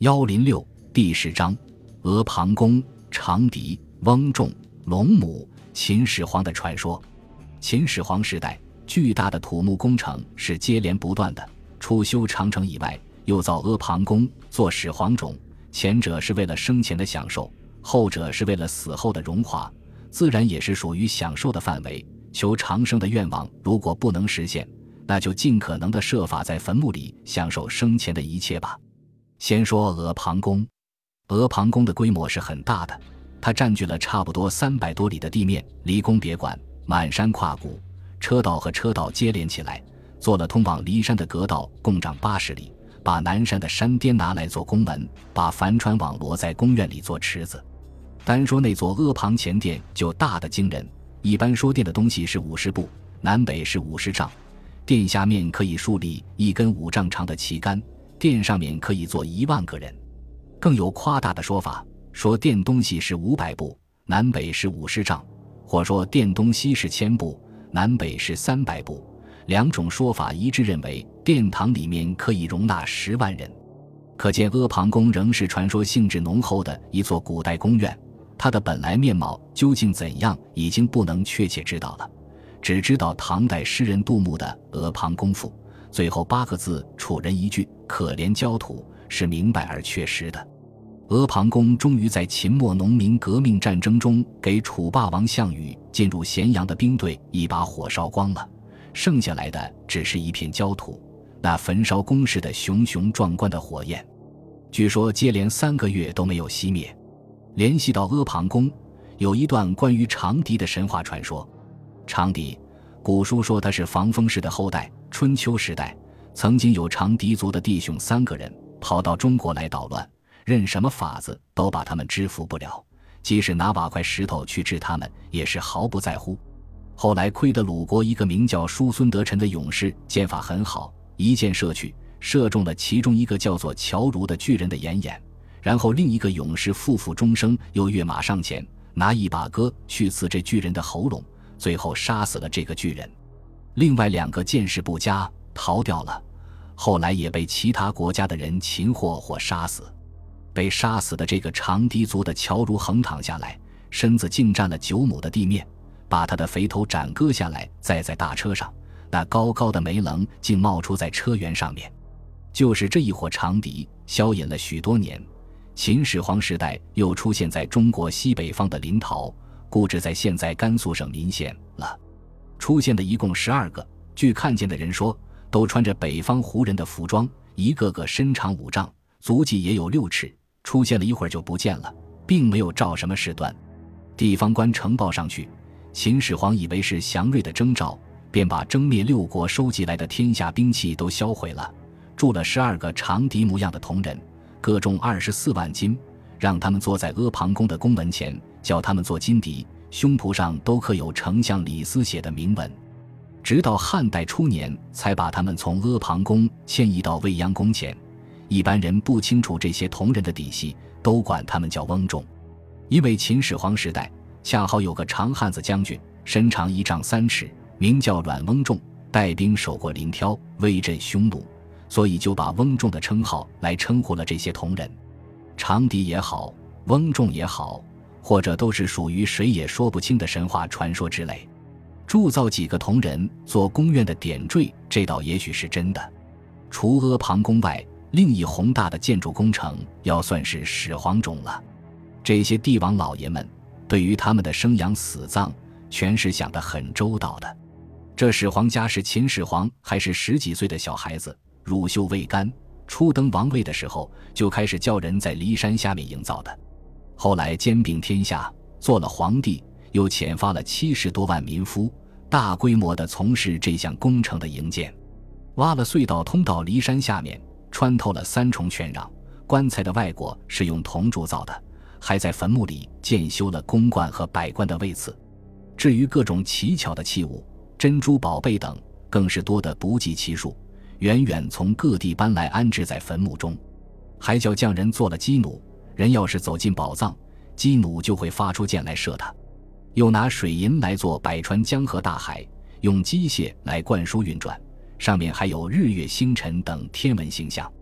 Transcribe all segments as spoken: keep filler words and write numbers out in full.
一零六第十章阿房宫、长笛、翁仲、龙母、秦始皇的传说。秦始皇时代，巨大的土木工程是接连不断的，除修长城以外，又造阿房宫、做始皇冢，前者是为了生前的享受，后者是为了死后的荣华，自然也是属于享受的范围。求长生的愿望如果不能实现，那就尽可能的设法在坟墓里享受生前的一切吧。先说阿房宫。阿房宫的规模是很大的，它占据了差不多三百多里的地面，离宫别馆，满山跨谷，车道和车道接连起来，做了通往骊山的阁道，共长八十里，把南山的山巅拿来做宫门，把帆船网罗在宫院里做池子。单说那座阿房前殿就大得惊人，一般说殿的东西是五十步，南北是五十丈，殿下面可以竖立一根五丈长的旗杆，殿上面可以坐一万个人。更有夸大的说法，说殿东西是五百步，南北是五十丈，或说殿东西是千步，南北是三百步。两种说法一致认为殿堂里面可以容纳十万人。可见阿房宫仍是传说性质浓厚的一座古代宫苑，它的本来面貌究竟怎样已经不能确切知道了，只知道唐代诗人杜牧的《阿房宫赋》最后八个字楚人一句可怜焦土是明白而确实的。阿房宫终于在秦末农民革命战争中给楚霸王项羽进入咸阳的兵队一把火烧光了，剩下来的只是一片焦土，那焚烧宫室的熊熊壮观的火焰，据说接连三个月都没有熄灭。联系到阿房宫，有一段关于长笛的神话传说。长笛，古书说他是防风氏的后代，春秋时代曾经有长笛族的弟兄三个人跑到中国来捣乱，任什么法子都把他们制服不了，即使拿瓦块石头去治他们也是毫不在乎。后来亏得鲁国一个名叫叔孙得臣的勇士剑法很好，一箭射去，射中了其中一个叫做乔如的巨人的眼眼，然后另一个勇士负负终生，又跃马上前拿一把戈去刺这巨人的喉咙，最后杀死了这个巨人。另外两个见识不佳逃掉了，后来也被其他国家的人擒获或杀死。被杀死的这个长笛族的乔如横躺下来，身子竟占了九亩的地面，把他的肥头斩割下来载在大车上，那高高的煤棱竟冒出在车辕上面。就是这一伙长笛消隐了许多年，秦始皇时代又出现在中国西北方的临洮，故址在现在甘肃省岷县了。出现的一共十二个，据看见的人说都穿着北方胡人的服装，一个个身长五丈，足迹也有六尺，出现了一会儿就不见了，并没有照什么事端。地方官呈报上去，秦始皇以为是祥瑞的征兆，便把征灭六国收集来的天下兵器都销毁了，铸了十二个长笛模样的铜人，各重二十四万斤，让他们坐在阿房宫的宫门前，叫他们做金笛，胸脯上都刻有丞相李斯写的铭文。直到汉代初年才把他们从阿房宫迁移到未央宫前，一般人不清楚这些铜人的底细，都管他们叫翁仲。因为秦始皇时代恰好有个长汉子将军，身长一丈三尺，名叫阮翁仲，带兵守过临洮，威震匈奴，所以就把翁仲的称号来称呼了这些铜人。长笛也好，翁仲也好，或者都是属于谁也说不清的神话传说之类。铸造几个铜人做宫苑的点缀，这倒也许是真的。除阿房宫外，另一宏大的建筑工程要算是始皇冢了。这些帝王老爷们对于他们的生养死葬全是想得很周到的。这始皇家是秦始皇还是十几岁的小孩子，乳臭未干，初登王位的时候就开始叫人在骊山下面营造的。后来兼并天下，做了皇帝，又遣发了七十多万民夫，大规模地从事这项工程的营建，挖了隧道通到骊山下面，穿透了三重圈壤，棺材的外椁是用铜铸造的，还在坟墓里建修了宫观和百官的位次。至于各种奇巧的器物、珍珠宝贝等，更是多得不计其数，远远从各地搬来安置在坟墓中。还叫匠人做了机弩，人要是走进宝藏，机弩就会发出箭来射他。又拿水银来做百川江河大海，用机械来灌输运转，上面还有日月星辰等天文星象。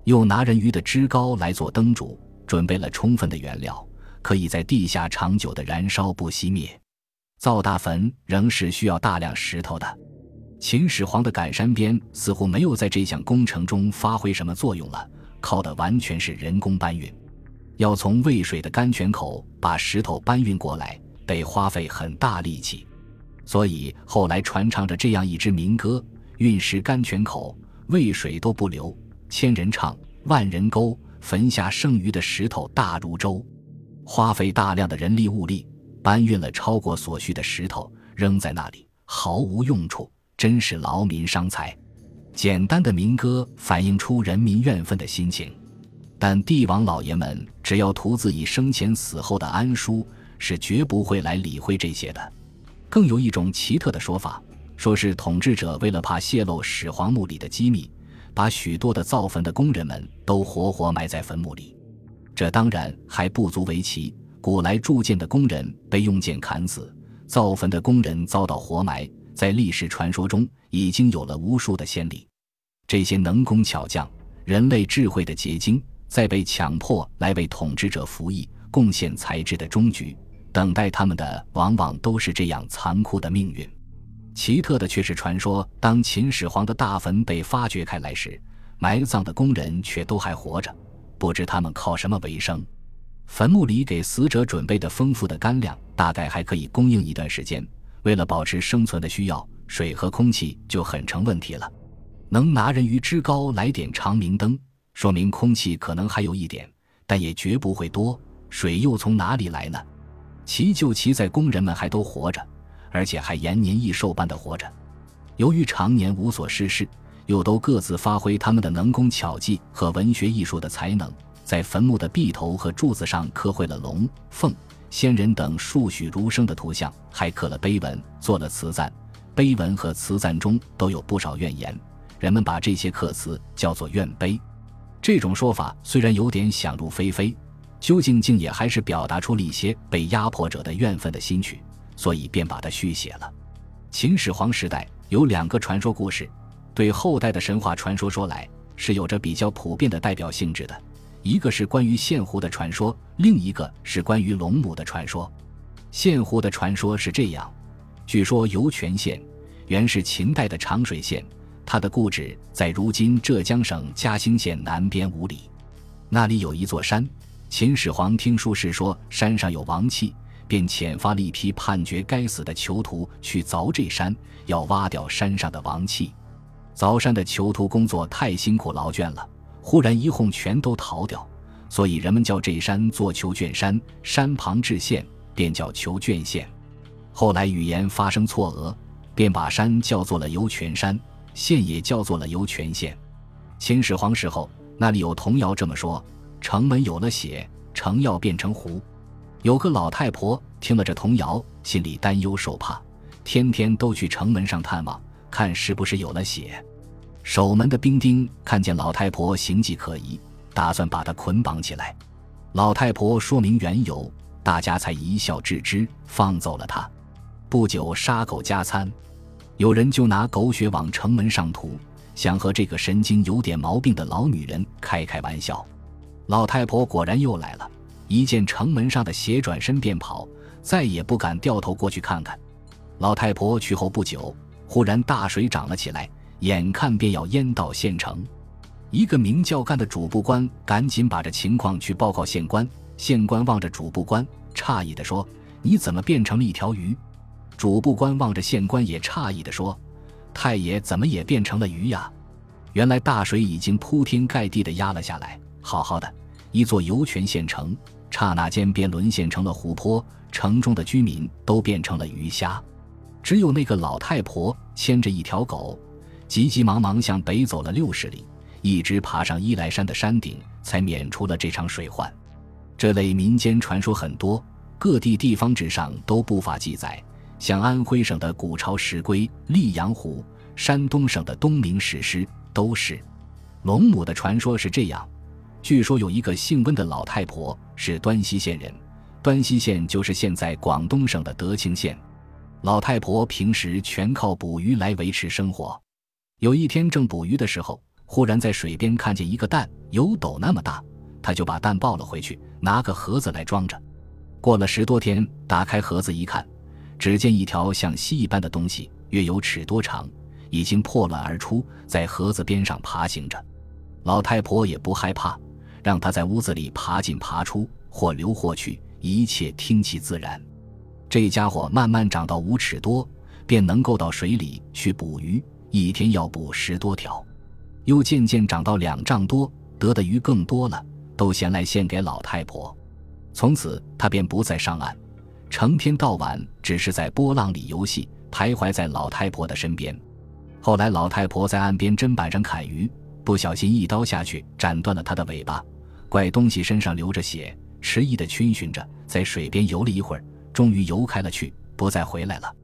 又拿人鱼的脂膏来做灯烛，准备了充分的原料，可以在地下长久的燃烧不熄灭。造大坟仍是需要大量石头的。秦始皇的赶山鞭似乎没有在这项工程中发挥什么作用了，靠的完全是人工搬运。要从渭水的甘泉口把石头搬运过来，得花费很大力气，所以后来传唱着这样一支民歌：运石甘泉口，渭水都不流，千人唱，万人勾，坟下剩余的石头大如舟。花费大量的人力物力，搬运了超过所需的石头，扔在那里毫无用处，真是劳民伤财。简单的民歌反映出人民怨愤的心情，但帝王老爷们只要图自己生前死后的安舒，是绝不会来理会这些的。更有一种奇特的说法，说是统治者为了怕泄露始皇墓里的机密，把许多的造坟的工人们都活活埋在坟墓里。这当然还不足为奇，古来铸剑的工人被用剑砍死，造坟的工人遭到活埋，在历史传说中已经有了无数的先例。这些能工巧匠，人类智慧的结晶，在被强迫来为统治者服役，贡献才智的终局，等待他们的往往都是这样残酷的命运。奇特的却是传说，当秦始皇的大坟被发掘开来时，埋葬的工人却都还活着，不知他们靠什么为生。坟墓里给死者准备的丰富的干粮大概还可以供应一段时间，为了保持生存的需要，水和空气就很成问题了。能拿人鱼脂膏来点长明灯，说明空气可能还有一点，但也绝不会多，水又从哪里来呢？奇就奇在工人们还都活着，而且还延年益寿般的活着。由于常年无所事事，又都各自发挥他们的能工巧技和文学艺术的才能，在坟墓的壁头和柱子上刻绘了龙、凤、仙人等栩栩如生的图像，还刻了碑文，做了词赞。碑文和词赞中都有不少怨言，人们把这些刻词叫做怨碑。这种说法虽然有点想入非非，究竟竟也还是表达出了一些被压迫者的怨愤的心绪，所以便把它续写了。秦始皇时代有两个传说故事，对后代的神话传说说来是有着比较普遍的代表性质的，一个是关于县湖的传说，另一个是关于龙母的传说。县湖的传说是这样，据说游泉县原是秦代的长水县，它的故址在如今浙江省嘉兴县南边五里，那里有一座山，秦始皇听说是说山上有王气，便遣发了一批判决该死的囚徒去凿这山，要挖掉山上的王气。凿山的囚徒工作太辛苦劳倦了，忽然一哄全都逃掉，所以人们叫这山做囚卷山，山旁置县，便叫囚卷县。后来语言发生错讹，便把山叫做了游泉山，县也叫做了游泉县。秦始皇时候，那里有童谣这么说：城门有了血，城要变成湖。有个老太婆听了这童谣，心里担忧受怕，天天都去城门上探望，看是不是有了血。守门的兵丁看见老太婆形迹可疑，打算把她捆绑起来。老太婆说明缘由，大家才一笑置之，放走了她。不久杀狗加餐，有人就拿狗血往城门上涂，想和这个神经有点毛病的老女人开开玩笑。老太婆果然又来了，一见城门上的血转身便跑，再也不敢掉头过去看看。老太婆去后不久，忽然大水涨了起来，眼看便要淹到县城。一个名叫干的主簿官赶紧把这情况去报告县官，县官望着主簿官，诧异地说：你怎么变成了一条鱼？主簿官望着县官也诧异地说：太爷怎么也变成了鱼呀？原来大水已经铺天盖地地压了下来，好好的一座游泉县城，刹那间便沦陷成了湖泊，城中的居民都变成了鱼虾。只有那个老太婆牵着一条狗，急急忙忙向北走了六十里，一直爬上伊莱山的山顶，才免除了这场水患。这类民间传说很多，各地地方志上都不乏记载，像安徽省的古朝石龟、溧阳湖，山东省的东明史诗都是。龙母的传说是这样，据说有一个姓温的老太婆，是端溪县人，端溪县就是现在广东省的德清县。老太婆平时全靠捕鱼来维持生活，有一天正捕鱼的时候，忽然在水边看见一个蛋， 有斗那么大，他就把蛋抱了回去，拿个盒子来装着。过了十多天，打开盒子一看，只见一条像蜥一般的东西，约有尺多长，已经破卵而出，在盒子边上爬行着。老太婆也不害怕，让他在屋子里爬进爬出，或流或去，一切听其自然。这家伙慢慢长到五尺多，便能够到水里去捕鱼，一天要捕十多条。又渐渐长到两丈多，得的鱼更多了，都衔来献给老太婆。从此他便不再上岸，成天到晚只是在波浪里游戏，徘徊在老太婆的身边。后来老太婆在岸边砧板上砍鱼，不小心一刀下去斩断了他的尾巴，怪东西身上流着血，迟疑地逡巡着，在水边游了一会儿，终于游开了去，不再回来了。